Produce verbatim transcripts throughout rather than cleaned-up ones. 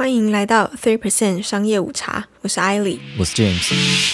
欢迎来到 three percent 商业午茶，我是艾莉， 我是 James。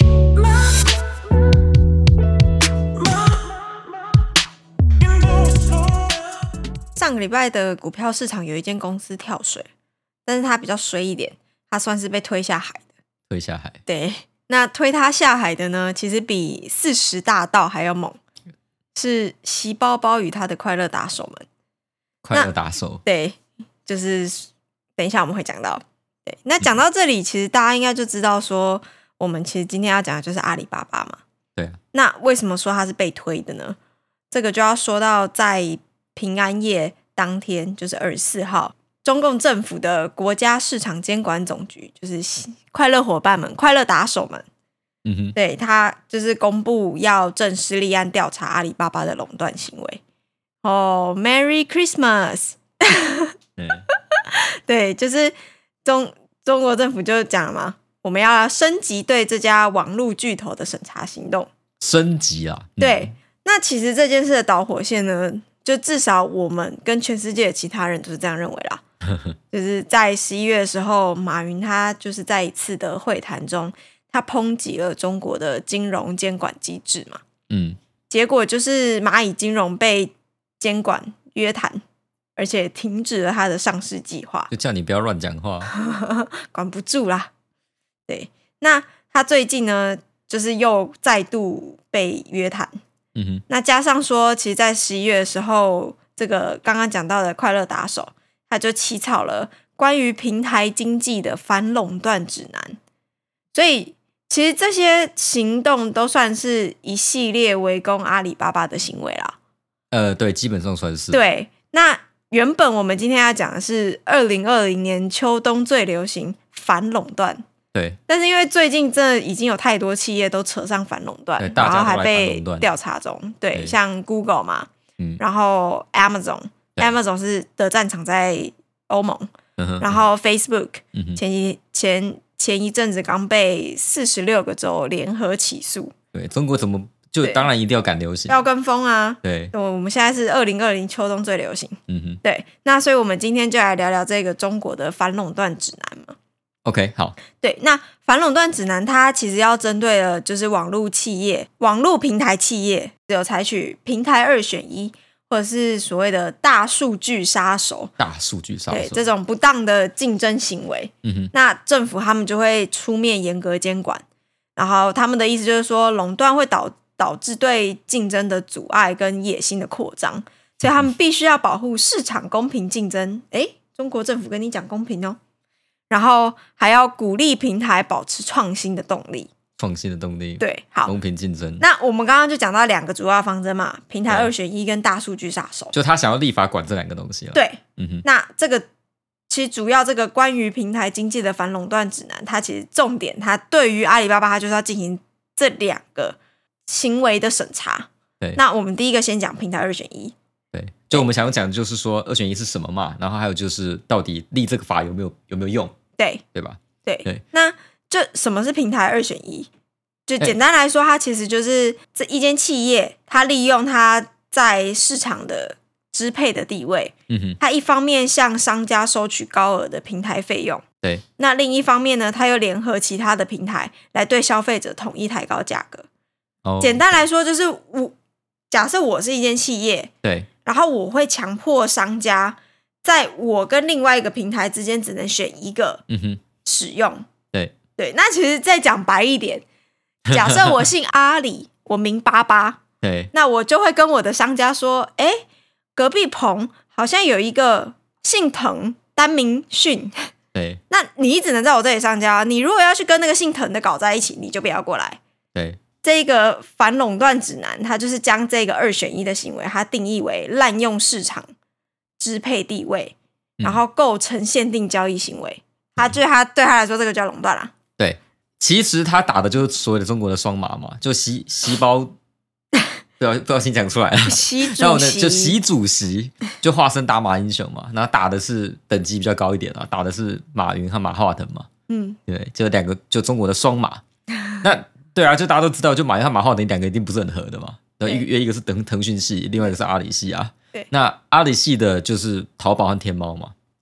上个礼拜的股票市场有一间公司跳水，但是它比较衰一点，它算是被推下海的。 推下海？ 对，那推它下海的呢，其实比四十大盗还要猛，是习包包与他的快乐打手们。 快乐打手？对， 就是等一下我们会讲到。对，那讲到这里，其实大家应该就知道说，我们其实今天要讲的就是阿里巴巴嘛。 对啊。 那为什么说它是被推的呢？这个就要说到在平安夜当天，就是二十四号，中共政府的国家市场监管总局，就是快乐伙伴们、快乐打手们， 嗯哼， 对，他就是公布要正式立案调查阿里巴巴的垄断行为。哦、oh, ，Merry Christmas！ 嗯、 对，就是中中国政府就讲了嘛，我们要升级对这家网络巨头的审查行动。 升级啊？ 嗯、对，那其实这件事的导火线呢，就至少我们跟全世界的其他人都是这样认为啦。就是在十一月的时候，马云他就是在一次的会谈中，他抨击了中国的金融监管机制嘛。 嗯， 结果就是蚂蚁金融被监管约谈，而且停止了他的上市计划。 就叫你不要乱讲话。 管不住啦。对，那他最近呢，就是又再度被约谈。 嗯哼， 那加上说，其实在十一月的时候，这个刚刚讲到的快乐打手，他就起草了关于平台经济的反垄断指南。所以其实这些行动都算是一系列围攻阿里巴巴的行为啦。 呃，对，基本上算是。 对，那原本我们今天要讲的是二零二零年秋冬最流行反垄断。 对， 但是因为最近这已经有太多企业都扯上反垄断，然后还被调查中。对，对像 Google 嘛，嗯、然后 Amazon，Amazon 是的战场在欧盟，嗯、然后 Facebook、嗯、前一前前一阵子刚被四十六个州联合起诉。 对，中国怎么就当然一定要赶流行， 要跟风啊！ 对， 我们现在是二零二零秋冬最流行。 嗯哼， 对，那所以我们今天就来聊聊这个中国的反垄断指南嘛。 OK， 好。 对，那反垄断指南它其实要针对的就是网络企业、网络平台企业，只有采取平台二选一，或者是所谓的大数据杀手、 大数据杀手， 对这种不当的竞争行为，嗯哼，那政府他们就会出面严格监管。然后他们的意思就是说，垄断会导导致对竞争的阻碍跟野心的扩张，所以他们必须要保护市场公平竞争。诶，中国政府跟你讲公平哦。然后还要鼓励平台保持创新的动力， 创新的动力， 对，好， 公平竞争。 那我们刚刚就讲到两个主要方针嘛，平台二选一跟大数据杀手， 就他想要立法管这两个东西了。 对， 嗯哼， 那这个其实主要这个关于平台经济的反垄断指南，它其实重点，它对于阿里巴巴，它就是要进行这两个行为的审查。 对， 那我们第一个先讲平台二选一。 对，就我们想要讲的就是说二选一是什么嘛，然后还有就是到底立这个法有没有有没有用。 对， 对吧？ 对， 对， 那这什么是平台二选一？就简单来说，它其实就是这一间企业，它利用它在市场的支配的地位，嗯哼，它一方面向商家收取高额的平台费用， 对， 那另一方面呢，它又联合其他的平台来对消费者统一抬高价格。哦，简单来说，就是我假设我是一间企业， 对， 然后我会强迫商家。在我跟另外一个平台之间只能选一个使用，嗯、 对对。那其实再讲白一点，假设我姓阿里，我名巴巴， 对， 那我就会跟我的商家说，哎，隔壁棚好像有一个姓滕单名逊， 对， 那你只能在我这里上架，你如果要去跟那个姓滕的搞在一起，你就不要过来。 对， 这个反垄断指南，它就是将这个二选一的行为，它定义为滥用市场支配地位，然后构成限定交易行为，他对他对他来说，这个叫垄断啦。 对，其实他打的就是所谓的中国的双马嘛，就习习包，不要不小心讲出来了。 习主席， 然后呢，就习主席就化身打马英雄嘛，然后打的是等级比较高一点啊，打的是马云和马化腾嘛。嗯，对，就两个就中国的双马。那对啊，就大家都知道，就马云和马化腾两个一定不是很合的嘛。一个一个是腾腾讯系，另外一个是阿里系啊。对，那阿里系的就是淘宝和天猫嘛，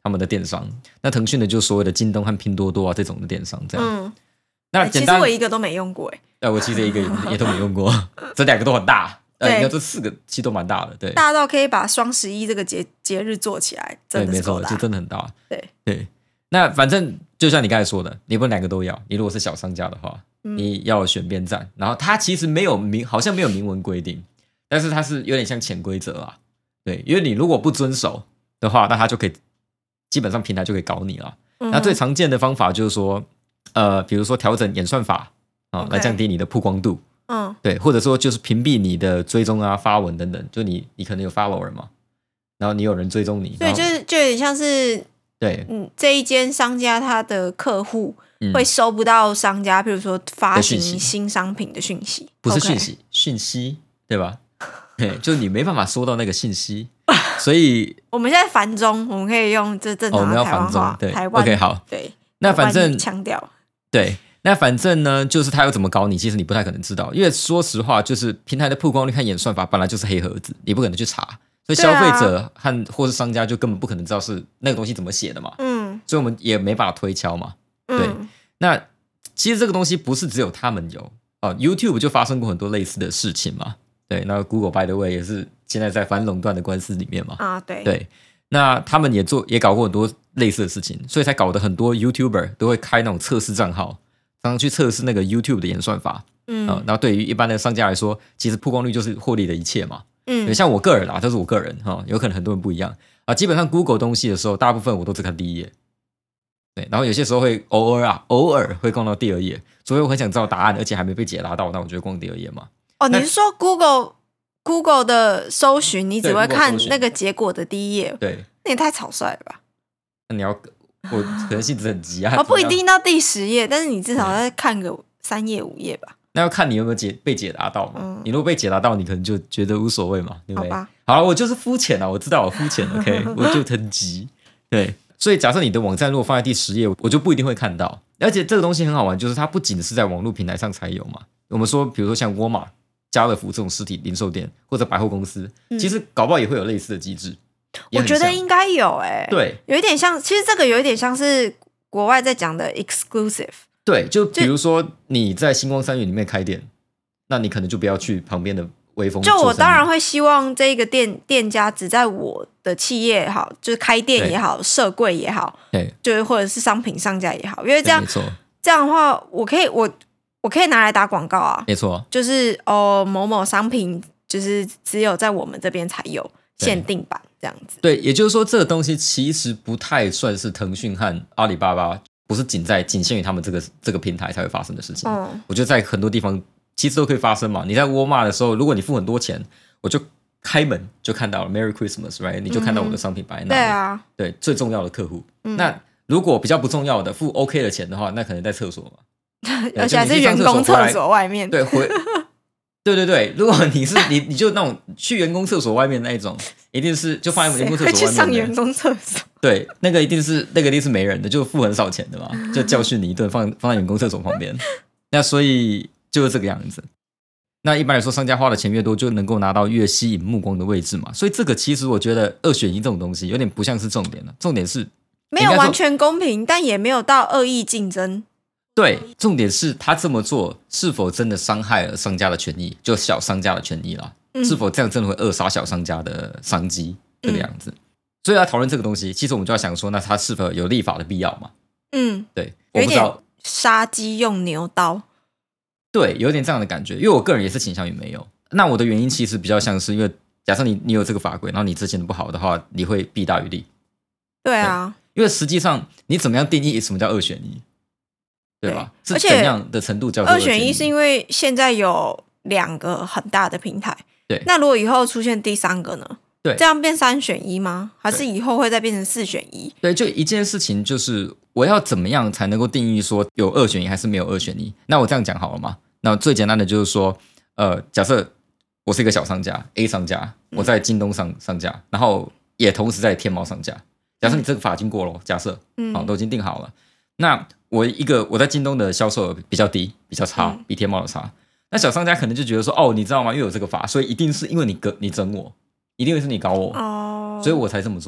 他们的电商。那腾讯的就所谓的京东和拼多多啊这种的电商这样。嗯，那简单， 其实我一个都没用过哎、 欸。我其实一个 也, 也都没用过，这两个都很大。呃，应该这四个其实都蛮大的，对， 大到可以把双十一这个节节日做起来，真的是够大， 对，没错，就真的很大。 对对，那反正就像你刚才说的，你不能两个都要。你如果是小商家的话，嗯、你要选边站，然后它其实没有明，好像没有明文规定，但是它是有点像潜规则啊。对，因为你如果不遵守的话，那它就可以基本上平台就可以搞你了。嗯、那最常见的方法就是说，呃，比如说调整演算法啊、okay 来降低你的曝光度。嗯，对，或者说就是屏蔽你的追踪啊、发文等等，就你你可能有 follower 嘛，然后你有人追踪你， 对，就是就有点像是对， 嗯，这一间商家他的客户会收不到商家，比如说发行新商品的讯息， 不是讯息， okay 讯息，对吧？对，就你没办法收到那个信息，所以我们现在繁中，我们可以用这正常的台湾话， 对， 台湾 OK 好， 对， 那反正腔调， 对。那反正呢，就是他要怎么搞你，其实你不太可能知道，因为说实话，就是平台的曝光率和演算法本来就是黑盒子，你不可能去查，所以消费者和或是商家就根本不可能知道是那个东西怎么写的嘛，嗯，所以我们也没办法推敲嘛，对。嗯、那其实这个东西不是只有他们有啊 ，YouTube 就发生过很多类似的事情嘛，对。那 Google by the way 也是现在在反垄断的官司里面嘛， 啊，对， 对。那他们也做也搞过很多类似的事情，所以才搞得很多 YouTuber 都会开那种测试账号。常常去测试那个 YouTube 的演算法，嗯、呃，然后对于一般的商家来说，其实曝光率就是获利的一切嘛，嗯，像我个人啦，这是我个人哈、哦，有可能很多人不一样啊。基本上 Google 东西的时候，大部分我都只看第一页，对，然后有些时候会偶尔啊，偶尔会逛到第二页，除非我很想知道答案，而且还没被解答到，那我就会逛第二页嘛。 哦，你是说 Google Google 的搜寻，你只会看那个结果的第一页？ 对， 那也太草率了吧？ 那你要。我可能性质很急啊， 哦，不一定到第十页，但是你至少要看个三页五页吧。 那要看你有没有解被解答到嘛。嗯、你如果被解答到，你可能就觉得无所谓嘛，对不对？ 好吧， 好了，我就是肤浅啊，我知道我肤浅 ，OK， 我就很急。对，所以假设你的网站如果放在第十页，我就不一定会看到。而且这个东西很好玩，就是它不仅是在网络平台上才有嘛。我们说，比如说像沃尔玛、家乐福这种实体零售店或者百货公司，嗯、其实搞不好也会有类似的机制。 我觉得应该有诶、欸， 对， 有一点像，其实这个有一点像是国外在讲的 exclusive。 对，就比如说你在星光三月里面开店，那你可能就不要去旁边的微风。 就我当然会希望这个店店家只在我的企业也好，就是开店也好，设柜也好， 对， 就是或者是商品上架也好，因为这样这样的话，我可以我我可以拿来打广告啊， 没错， 就是哦某某商品就是只有在我们这边才有限定版。这样子， 对，也就是说，这个东西其实不太算是腾讯和阿里巴巴，不是仅在仅限于他们这个这个平台才会发生的事情。嗯，我觉得在很多地方其实都可以发生嘛。你在沃尔玛的时候，如果你付很多钱，我就开门就看到了 Merry Christmas，right？ 你就看到我的商品摆在那里。 对啊， 对，最重要的客户。嗯、那如果比较不重要的付 OK 的钱的话，那可能在厕所嘛， 而且还是员工厕所外面。 对，回。对对对，如果你是你，你就那种去员工厕所外面那一种，一定是就放在员工厕所外面的。 去上员工厕所？ 对，那个一定是那个一定是没人的，就付很少钱的嘛，就教训你一顿，放放在员工厕所旁边。那所以就是这个样子。那一般来说，商家花的钱越多，就能够拿到越吸引目光的位置嘛。所以这个其实我觉得二选一这种东西有点不像是重点了，重点是没有完全公平，但也没有到恶意竞争。 对，重点是他这么做是否真的伤害了商家的权益，就小商家的权益啦、嗯、是否这样真的会扼杀小商家的商机这个样子、嗯、所以要讨论这个东西，其实我们就要想说，那它是否有立法的必要嘛？嗯，对，我不知道， 杀鸡用牛刀， 对，有点这样的感觉，因为我个人也是倾向于没有。那我的原因其实比较像是因为假设你你有这个法规，然后你执行的不好的话，你会弊大于利。 对啊， 对，因为实际上你怎么样定义什么叫二选一？对吧？是怎样的程度叫做二选一？是因为现在有两个很大的平台， 对。 那如果以后出现第三个呢？ 对， 这样变三选一吗？还是以后会再变成四选一？ 对，就一件事情，就是我要怎么样才能够定义说有二选一还是没有二选一？那我这样讲好了吗？那最简单的就是说，呃，假设我是一个小商家 A 商家，我在京东上上架，然后也同时在天猫上架。假设你这个法经过了，假设嗯，好，都已经定好了，那我一个我在京东的销售额比较低，比较差，比天猫的差。那小商家可能就觉得说，哦，你知道吗？因为有这个法，所以一定是因为你你整我，一定会是你搞我，哦，所以我才这么做。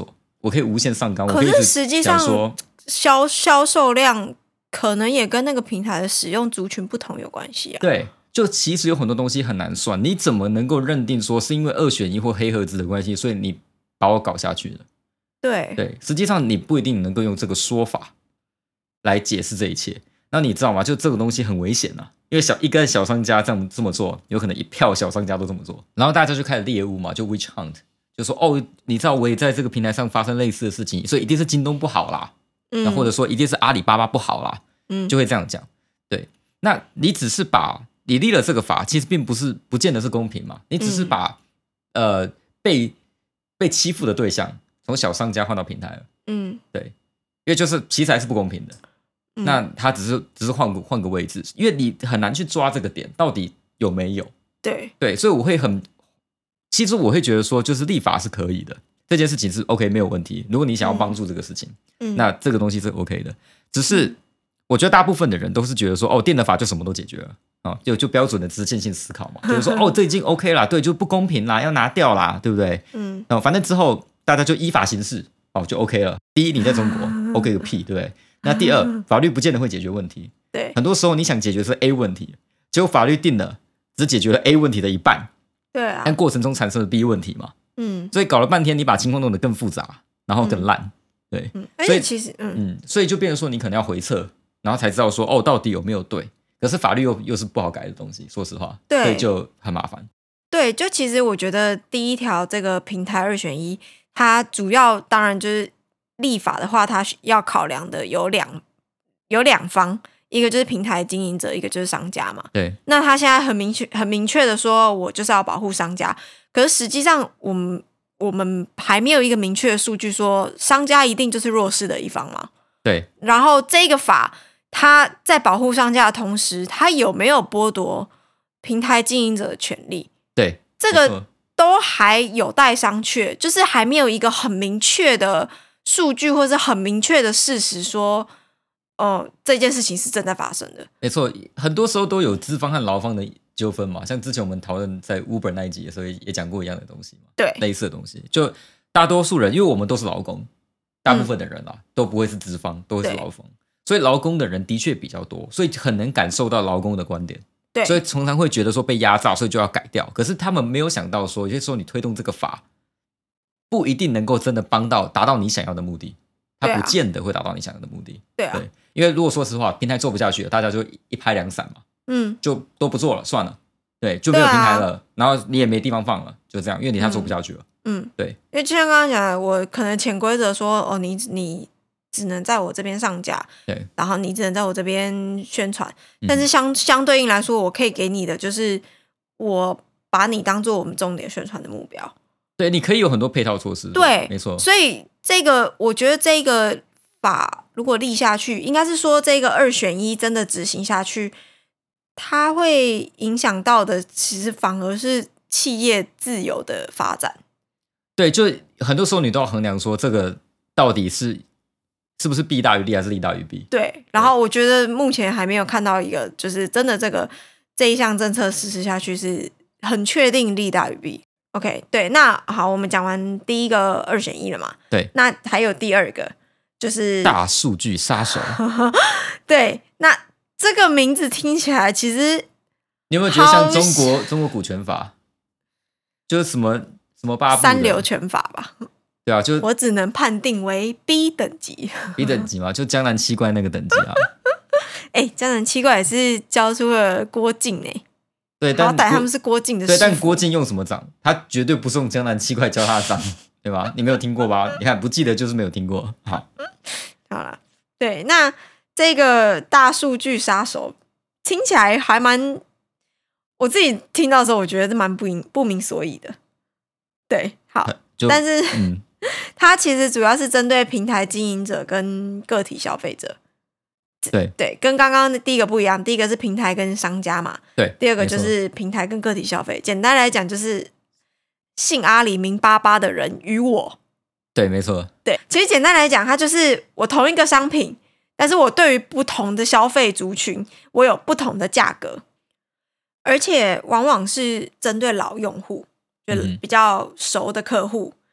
我可以无限上纲， 可是实际上说销销售量可能也跟那个平台的使用族群不同有关系啊。 对，就其实有很多东西很难算，你怎么能够认定说是因为二选一或黑盒子的关系，所以你把我搞下去了？ 对对，实际上你不一定能够用这个说法来解释这一切。那你知道吗？就这个东西很危险啊，因为小一个小商家这样这么做，有可能一票小商家都这么做，然后大家就开始猎物嘛，就 witch hunt， 就说哦，你知道我也在这个平台上发生类似的事情，所以一定是京东不好啦，嗯，或者说一定是阿里巴巴不好啦，嗯，就会这样讲。对，那你只是把你立了这个法，其实并不是不见得是公平嘛，你只是把、嗯、呃被被欺负的对象从小商家换到平台了，嗯，对，因为就是其实还是不公平的。嗯、那他只是只是换个换个位置，因为你很难去抓这个点到底有没有。 对对，所以我会很，其实我会觉得说，就是立法是可以的，这件事情是 OK 没有问题。如果你想要帮助这个事情，嗯、那这个东西是 OK 的。只是我觉得大部分的人都是觉得说，哦，定了法就什么都解决了啊，就就标准的直线性思考嘛，就是说，哦，这已经 OK 啦，对，就不公平啦，要拿掉啦，对不对？嗯，反正之后大家就依法行事，哦，就 OK 了。第一，你在中国 OK 个屁，对不对？那第二，法律不见得会解决问题。 对， 很多时候你想解决的是 A 问题，结果法律定了，只解决了 A 问题的一半。 对啊， 但过程中产生了 B 问题嘛。嗯，所以搞了半天，你把情况弄得更复杂，然后更烂。嗯、对， 嗯，而且其实，嗯嗯，所以就变成说，你可能要回测，然后才知道说，哦，到底有没有对？可是法律又又是不好改的东西，说实话， 对， 所以就很麻烦。 对，就其实我觉得第一条这个平台二选一，它主要当然就是立法的话，它要考量的有两。有两方，一个就是平台经营者，一个就是商家嘛。 对， 那他现在很明确、很明确的说，我就是要保护商家。可是实际上，我们我们还没有一个明确的数据说，商家一定就是弱势的一方嘛。 对。 然后这个法，它在保护商家的同时，它有没有剥夺平台经营者的权利？ 对， 这个都还有待商榷，就是还没有一个很明确的数据，或者很明确的事实说。哦，这件事情是正在发生的。 没错，很多时候都有资方和劳方的纠纷嘛。像之前我们讨论在 Uber 那一集的时候，也讲过一样的东西嘛。 对， 类似的东西，就大多数人，因为我们都是劳工，大部分的人啊、嗯、都不会是资方，都会是劳方，所以劳工的人的确比较多，所以很能感受到劳工的观点。 对， 所以常常会觉得说被压榨，所以就要改掉。可是他们没有想到说，有些时候你推动这个法，不一定能够真的帮到达到你想要的目的。它不见得会达到你想要的目的。 对啊， 对，因为如果说实话，平台做不下去了，大家就一拍两散嘛，嗯，就都不做了，算了，对，就没有平台了，啊、然后你也没地方放了，就这样，因为你它做不下去了，嗯，对， 因为就像刚刚讲的，我可能潜规则说，哦，你你只能在我这边上架， 对， 然后你只能在我这边宣传，但是相、嗯、相对应来说，我可以给你的就是我把你当做我们重点宣传的目标。 对，你可以有很多配套措施， 对， 没错。 所以这个，我觉得这个法如果立下去，应该是说这个二选一真的执行下去，它会影响到的，其实反而是企业自由的发展。 对，就很多时候你都要衡量说，这个到底是是不是弊大于利，还是利大于弊？ 对。然后我觉得目前还没有看到一个，就是真的这个这一项政策实施下去是很确定利大于弊。OK， 对，那好，我们讲完第一个二选一了嘛？ 对， 那还有第二个，就是大数据杀手。 对，那这个名字听起来其实， 你有没有觉得像中国中国股权法，就是什么什么八部三流权法吧？ 对啊，就我只能判定为 B 等级 ，B 等级嘛，就江南七怪那个等级啊。 哎、欸，江南七怪也是教出了郭靖哎、欸。 对，但好歹他们是郭靖的师傅。对，但郭靖用什么掌？他绝对不是用江南七怪教他的掌，对吧？你没有听过吧？你看不记得就是没有听过。好， 好了，对，那这个大数据杀手听起来还蛮，我自己听到的时候，我觉得是蛮不明不明所以的。对，好，但是、嗯、它其实主要是针对平台经营者跟个体消费者。 对对，跟刚刚第一个不一样，第一个是平台跟商家嘛， 对， 第二个就是平台跟个体消费。简单来讲，就是姓阿里名巴巴的人与我。 对，没错。 对，其实简单来讲，它就是我同一个商品，但是我对于不同的消费族群，我有不同的价格，而且往往是针对老用户，就比较熟的客户，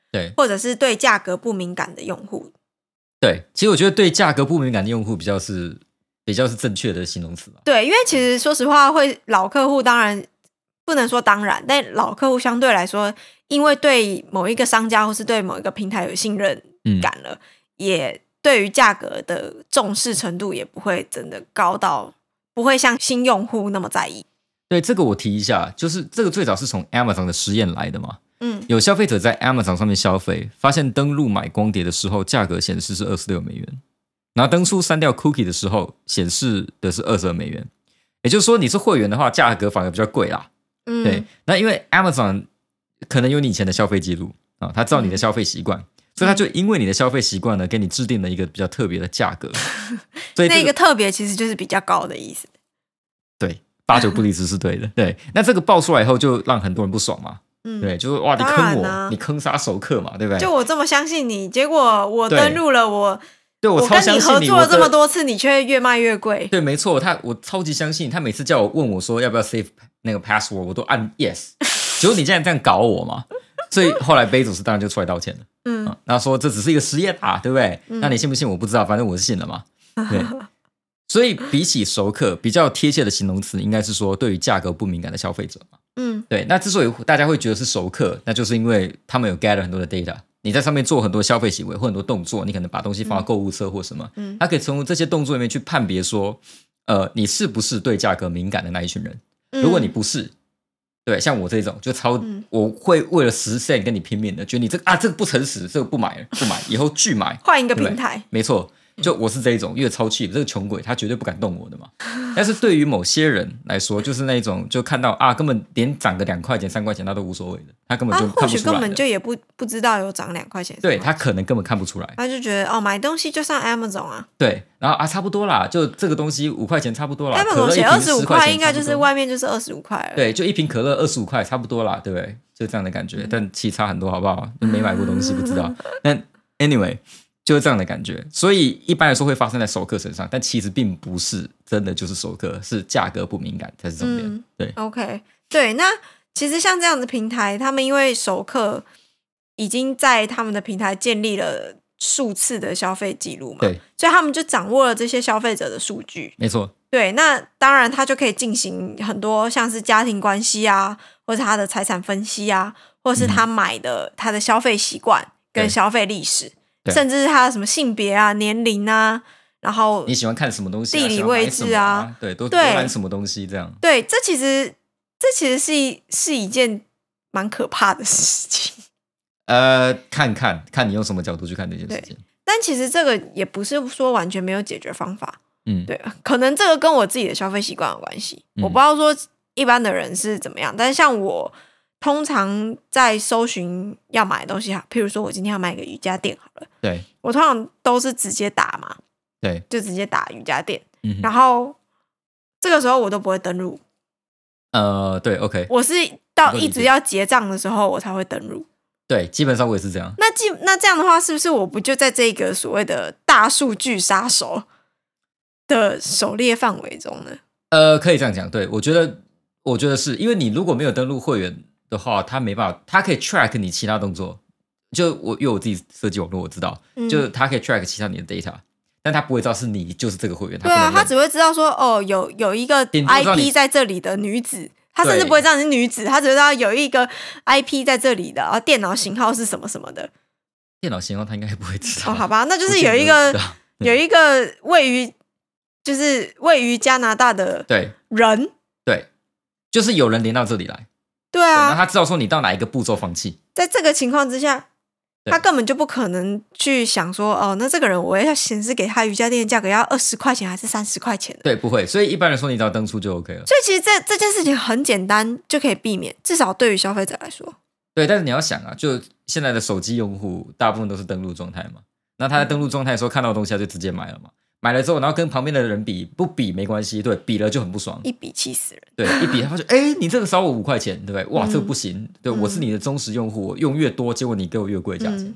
对， 或者是对价格不敏感的用户。 对，其实我觉得对价格不敏感的用户比较是比较是正确的形容词吧。 对，因为其实说实话，会老客户当然不能说当然，但老客户相对来说，因为对某一个商家或是对某一个平台有信任感了，嗯、也对于价格的重视程度也不会真的高到不会像新用户那么在意。 对，这个我提一下，就是这个最早是从 Amazon 的实验来的嘛。 嗯， 有消费者在 Amazon 上面消费，发现登录买光碟的时候，价格显示是二十六美元，然后登出删掉 cookie 的时候，显示的是二十二美元。也就是说，你是会员的话，价格反而比较贵啦。 嗯， 对。那因为 Amazon 可能有你以前的消费记录啊，他知道你的消费习惯，嗯、所以他就因为你的消费习惯呢，给你制定了一个比较特别的价格。所以、这个、 那个特别其实就是比较高的意思。 对，八九不离十是对的。对，那这个爆出来以后，就让很多人不爽嘛。嗯，对，就是哇，你坑我，啊、你坑杀熟客嘛，对不对？ 就我这么相信你，结果我登录了，我对我超相信你， 我跟你合作了这么多次，你却越卖越贵。 对，没错，他我超级相信他，每次叫我问我说要不要 save 那个 password， 我都按 yes。结果你竟然这样搞我嘛，所以后来贝佐斯当然就出来道歉了。嗯，啊、然后说这只是一个实验啊，对不对？嗯、那你信不信我不知道，反正我是信了嘛。对。所以比起熟客，比较贴切的形容词应该是说对于价格不敏感的消费者嘛。嗯，对。那之所以大家会觉得是熟客，那就是因为他们有 gather 很多的 data， 你在上面做很多消费行为或很多动作，你可能把东西放到购物车或什么，嗯，他可以从这些动作里面去判别说，呃，你是不是对价格敏感的那一群人。如果你不是，对，像我这种就超，嗯、我会为了十 cent 跟你拼命的，觉得你这个啊这个不诚实，这个不买不买，以后拒买， 换一个平台， 没错。就我是这一种，因为超 cheap， 这个穷鬼他绝对不敢动我的嘛。但是对于某些人来说，就是那一种就看到啊，根本连涨个两块钱、三块钱他都无所谓的，他根本就看不出来的。 或许根本就也不不知道有涨两块钱。 对，他可能根本看不出来， 他就觉得哦，买东西就上 Amazon 啊。 对，然后啊，差不多啦，就这个东西五块钱差不多啦。 Amazon 写二十五块，应该就是外面就是二十五块。 对，就一瓶可乐二十五块，差不多啦，对不对？就这样的感觉，嗯、但其实差很多，好不好？没买过东西不知道。但 anyway。就是这样的感觉，所以一般来说会发生在熟客身上，但其实并不是真的就是熟客，是价格不敏感才是重点。嗯、对 ，OK， 对，那其实像这样的平台，他们因为熟客已经在他们的平台建立了数次的消费记录嘛， 对， 所以他们就掌握了这些消费者的数据。 没错， 对，那当然他就可以进行很多像是家庭关系啊，或是他的财产分析啊，或是他买的、嗯、他的消费习惯跟消费历史。甚至是他的什么性别啊、年龄啊，然后你喜欢看什么东西、啊、 地理位置啊， 啊对，都浏览什么东西这样。 对，这其实这其实是一是一件蛮可怕的事情。 呃，看看看你用什么角度去看这件事情。 但其实这个也不是说完全没有解决方法。嗯，对，可能这个跟我自己的消费习惯有关系。嗯、我不知道说一般的人是怎么样，但是像我。通常在搜寻要买的东西，譬如说我今天要买一个瑜伽垫好了， 对， 我通常都是直接打嘛， 对， 就直接打瑜伽垫，嗯、然后这个时候我都不会登录。 呃，对 ，OK， 我是到一直要结账的时候我才会登录。 对，基本上我也是这样。 那基那这样的话，是不是我不就在这个所谓的大数据杀手的狩猎范围中呢？ 呃，可以这样讲，对，我觉得，我觉得是因为你如果没有登录会员的话，他没办法，他可以 track 你其他动作。就我因为我自己设计网络，我知道，嗯、就是他可以 track 其他你的 data， 但他不会知道是你就是这个会员。 对啊，他只会知道说哦，有有一个 I P 在这里的女子，他甚至不会知道你是女子，他只会知道有一个 I P 在这里的，然后电脑型号是什么什么的。 电脑型号他应该不会知道。 哦，好吧，那就是有一个有一个位于就是位于加拿大的人， 对，就是有人连到这里来。 对啊， 那他知道说你到哪一个步骤放弃， 在这个情况之下，他根本就不可能去想说，哦，那这个人我要显示给他瑜伽垫的价格要二十块钱还是三十块钱的？ 对，不会。所以一般人说你只要登出就 OK 了。 所以其实这这件事情很简单，就可以避免，至少对于消费者来说。 对，但是你要想啊，就现在的手机用户大部分都是登录状态嘛，那他在登录状态的时候看到的东西他就直接买了嘛。买了之后，然后跟旁边的人比，不比没关系，对，比了就很不爽， 一比气死人。 对，一比他发现，哎，你这个少我五块钱，对不对？哇，嗯、这个不行，对，我是你的忠实用户，我用越多，结果你给我越贵的价钱。嗯、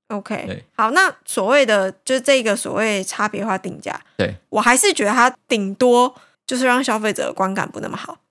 OK， 好，那所谓的就是这个所谓差别化定价， 对我还是觉得它顶多就是让消费者的观感不那么好，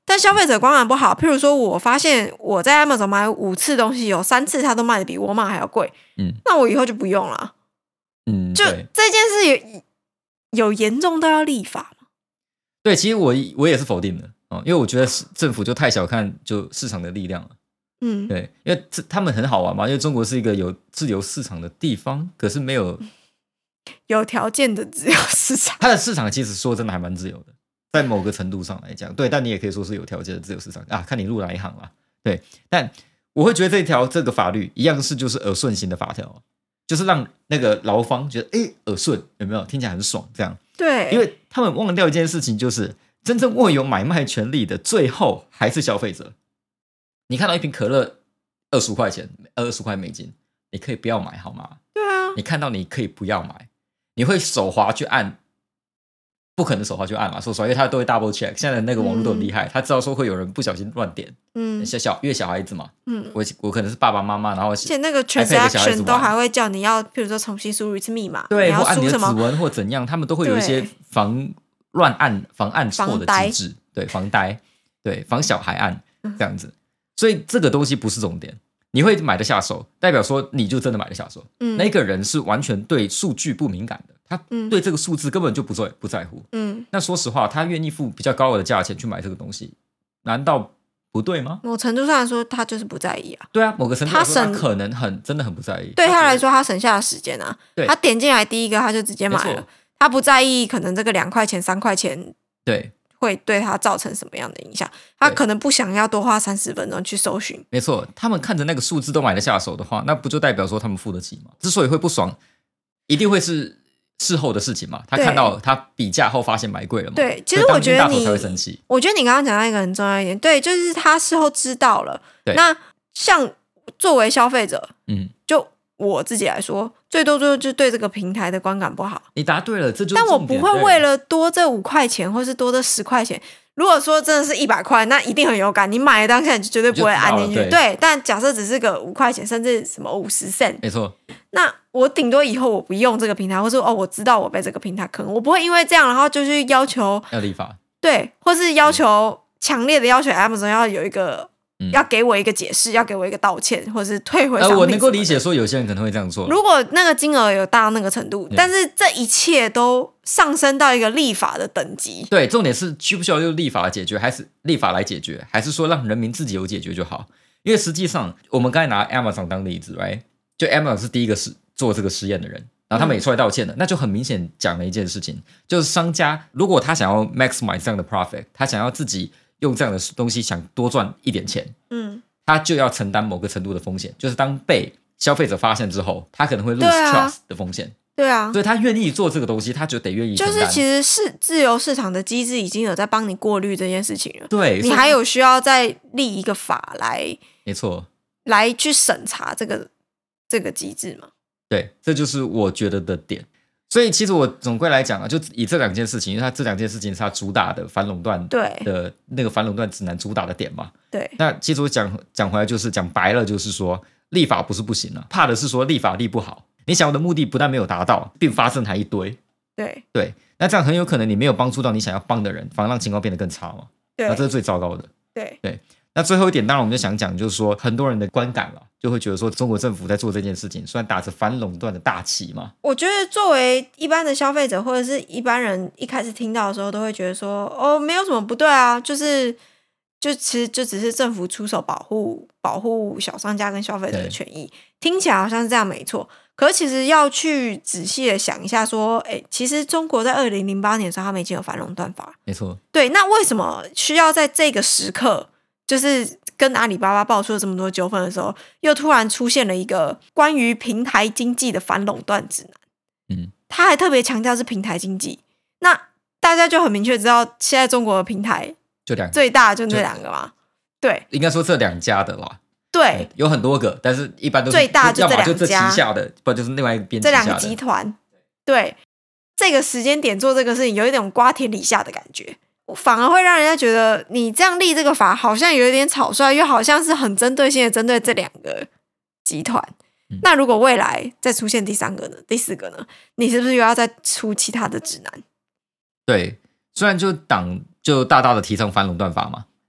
但消费者观感不好，譬如说我发现我在 Amazon 买五次东西，有三次它都卖的比沃尔玛还要贵，嗯，那我以后就不用了。嗯，就这件事有有严重到要立法吗？ 对，其实我我也是否定的、哦、因为我觉得政府就太小看就市场的力量了。嗯，对，因为他们很好玩嘛，因为中国是一个有自由市场的地方，可是没有有条件的自由市场。 它的市场其实说真的还蛮自由的，在某个程度上来讲，对，但你也可以说是有条件的自由市场啊，看你入哪一行啦。对，但我会觉得这条这个法律一样是就是耳顺型的法条，就是让那个劳方觉得哎耳顺，有没有听起来很爽这样？ 对， 因为他们忘掉一件事情，就是真正握有买卖权利的最后还是消费者。你看到一瓶可乐二十五块钱，二十块美金，你可以不要买好吗？ 对啊， 你看到你可以不要买，你会手滑去按，不可能手滑去按嘛，说实话，因为他都会 double check。现在那个网络都很厉害，嗯、他知道说会有人不小心乱点，嗯，小小因为小孩子嘛，嗯，我我可能是爸爸妈妈，然后而且那个 transaction 都还会叫你要，譬如说重新输入一次密码， 对， 你要或按你的指纹或怎样，他们都会有一些防乱按、防按错的机制，对，防呆，对，防小孩按这样子。所以这个东西不是重点，你会买得下手，代表说你就真的买得下手。嗯，那个人是完全对数据不敏感的，他对这个数字根本就不在不在乎。嗯，那说实话，他愿意付比较高额的价钱去买这个东西，难道不对吗？ 某程度上来说，他就是不在意啊。 对啊，某个程度上来说，他可能很真的很不在意。 对他来说，他省下的时间啊，他点进来第一个他就直接买了，他不在意可能这个两块钱、三块钱。 对。 会对他造成什么样的影响？他可能不想要多花三十分钟去搜寻。 没错，他们看着那个数字都买得下手的话，那不就代表说他们付得起吗？之所以会不爽，一定会是事后的事情嘛。他看到他比价后发现买贵了嘛。 对，其实我觉得你， 才会生气。 我觉得你刚刚讲到一个很重要一点，对，就是他事后知道了。那像作为消费者，嗯，就我自己来说，最多就就对这个平台的观感不好。 你答对了，这就是但我不会为了多这五块钱，或是多这十块钱。如果说真的是一百块，那一定很有感。你买的当下你就绝对不会按进去。对, 对，但假设只是个五块钱，甚至什么五十 cent， 没错。 那我顶多以后我不用这个平台，或是哦，我知道我被这个平台坑，我不会因为这样，然后就去要求要立法， 对，或是要求强烈的要求 Amazon 要有一个。嗯、要给我一个解释，要给我一个道歉，或是退回商品、呃。 我能够理解说有些人可能会这样做。 如果那个金额有大到那个程度，但是这一切都上升到一个立法的等级。 对，重点是需不需要用立法来解决，还是立法来解决，还是说让人民自己有解决就好？因为实际上，我们刚才拿 Amazon 当例子 ，right？ 就 Amazon 是第一个做这个实验的人，然后他们也出来道歉了，嗯、那就很明显讲了一件事情，就是商家如果他想要 maximize 这样的 profit， 他想要自己。用这样的东西想多赚一点钱，嗯，他就要承担某个程度的风险，就是当被消费者发现之后，他可能会 lose trust 的风险。 对啊， 所以他愿意做这个东西，他就得愿意承担。 就是其实是自由市场的机制已经有在帮你过滤这件事情了。 对， 你还有需要再立一个法来， 没错， 来去审查这个这个机制嘛？ 对，这就是我觉得的点。所以其实我总归来讲啊，就以这两件事情，因为它这两件事情是它主打的反垄断的那个反垄断指南主打的点嘛。 对。 那其实我讲讲回来就是讲白了，就是说立法不是不行啊，怕的是说立法立不好，你想要的目的不但没有达到，并发生还一堆。 对对，那这样很有可能你没有帮助到你想要帮的人，反而让情况变得更差嘛。 对， 那这是最糟糕的。 对对。那最后一点，当然我们就想讲，就是说很多人的观感了，就会觉得说中国政府在做这件事情，虽然打着反垄断的大旗嘛。 我觉得作为一般的消费者或者是一般人，一开始听到的时候都会觉得说，哦，没有什么不对啊，就是就其实就只是政府出手保护保护小商家跟消费者的权益，听起来好像是这样没错。可是其实要去仔细的想一下，说，哎，其实中国在二零零八年的时候，他们已经有反垄断法， 没错。 对，那为什么需要在这个时刻？就是跟阿里巴巴爆出了这么多纠纷的时候，又突然出现了一个关于平台经济的反垄断指南。嗯，他还特别强调是平台经济，那大家就很明确知道，现在中国的平台就两个， 最大就这两个嘛。对， 应该说这两家的啦。 对， 有很多个，但是一般都是最大就这两家， 要么就这旗下的，不然就是另外一边这两个集团。对，这个时间点做这个事情，有一种瓜田李下的感觉。反而会让人家觉得你这样立这个法好像有一点草率，又好像是很针对性的针对这两个集团、嗯、那如果未来再出现第三个呢，第四个呢，你是不是又要再出其他的指南？ 对，虽然就党就大大的提倡反垄断法嘛，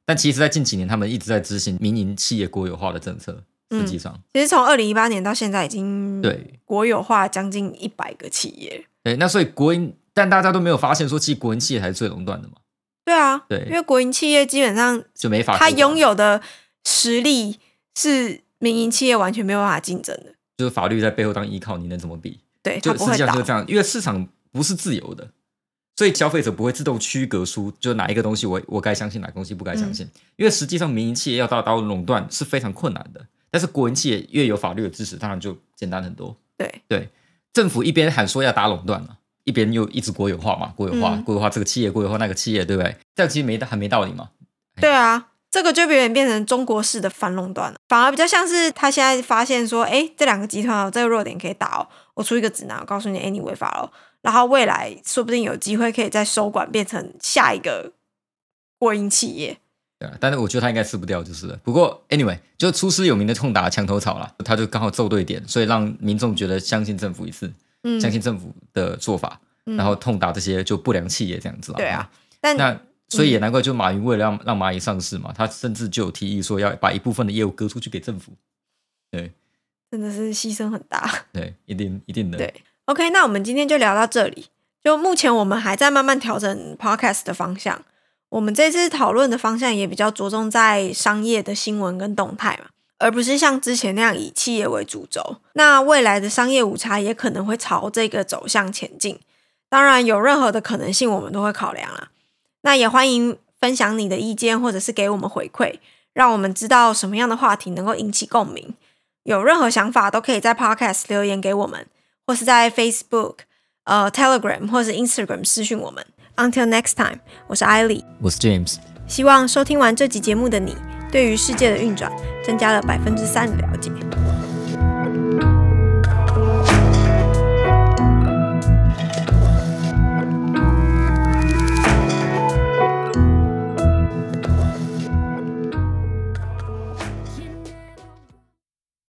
但其实在近几年他们一直在执行民营企业国有化的政策，实际上、 嗯、其实从二零一八年到现在已经对国有化将近一百个企业。 对，那所以国营，但大家都没有发现说其实国营企业才是最垄断的嘛。 对啊， 对， 因为国营企业基本上就没法， 它拥有的实力是民营企业完全没有办法竞争的， 就是法律在背后当依靠，你能怎么比？ 对， 就它不会倒。 实际上就是这样，因为市场不是自由的，所以消费者不会自动区隔出就哪一个东西我我该相信，哪个东西不该相信、嗯。因为实际上民营企业要达到垄断是非常困难的，但是国营企业越有法律的支持，当然就简单很多。 对对，政府一边喊说要打垄断嘛，一边又一直国有化嘛，国有化、嗯、国有化这个企业，国有化那个企业，对不对？这样其实没很没道理嘛。 对啊，这个就有点变成中国式的反垄断了，反而比较像是他现在发现说，哎，这两个集团有这个弱点可以打哦，我出一个指南，我告诉你，哎，你违法了，然后未来说不定有机会可以再收管，变成下一个国营企业。 对啊，但是我觉得他应该吃不掉就是了。不过 anyway， 就出师有名的痛打墙头草啦，他就刚好揍对点，所以让民众觉得相信政府一次，嗯、相信政府的做法、嗯，然后痛打这些就不良企业这样子啦。 对啊，但那所以也难怪，就马云为了让让蚂蚁上市嘛，他甚至就有提议说要把一部分的业务割出去给政府。对， 真的是牺牲很大。 对，一定一定的。 对 ，OK， 那我们今天就聊到这里。就目前我们还在慢慢调整 Podcast 的方向。我们这次讨论的方向也比较着重在商业的新闻跟动态嘛，而不是像之前那样以企业为主轴。那未来的商业午茶也可能会朝这个走向前进。当然，有任何的可能性我们都会考量啦。那也欢迎分享你的意见，或者是给我们回馈，让我们知道什么样的话题能够引起共鸣。有任何想法都可以在 Podcast 留言给我们，或是在 Facebook、呃、Telegram 或是 Instagram 私讯我们。Until next time， 我是艾莉， 我是 James。 希望收听完这集节目的你，对于世界的运转增加了百分之三的了解。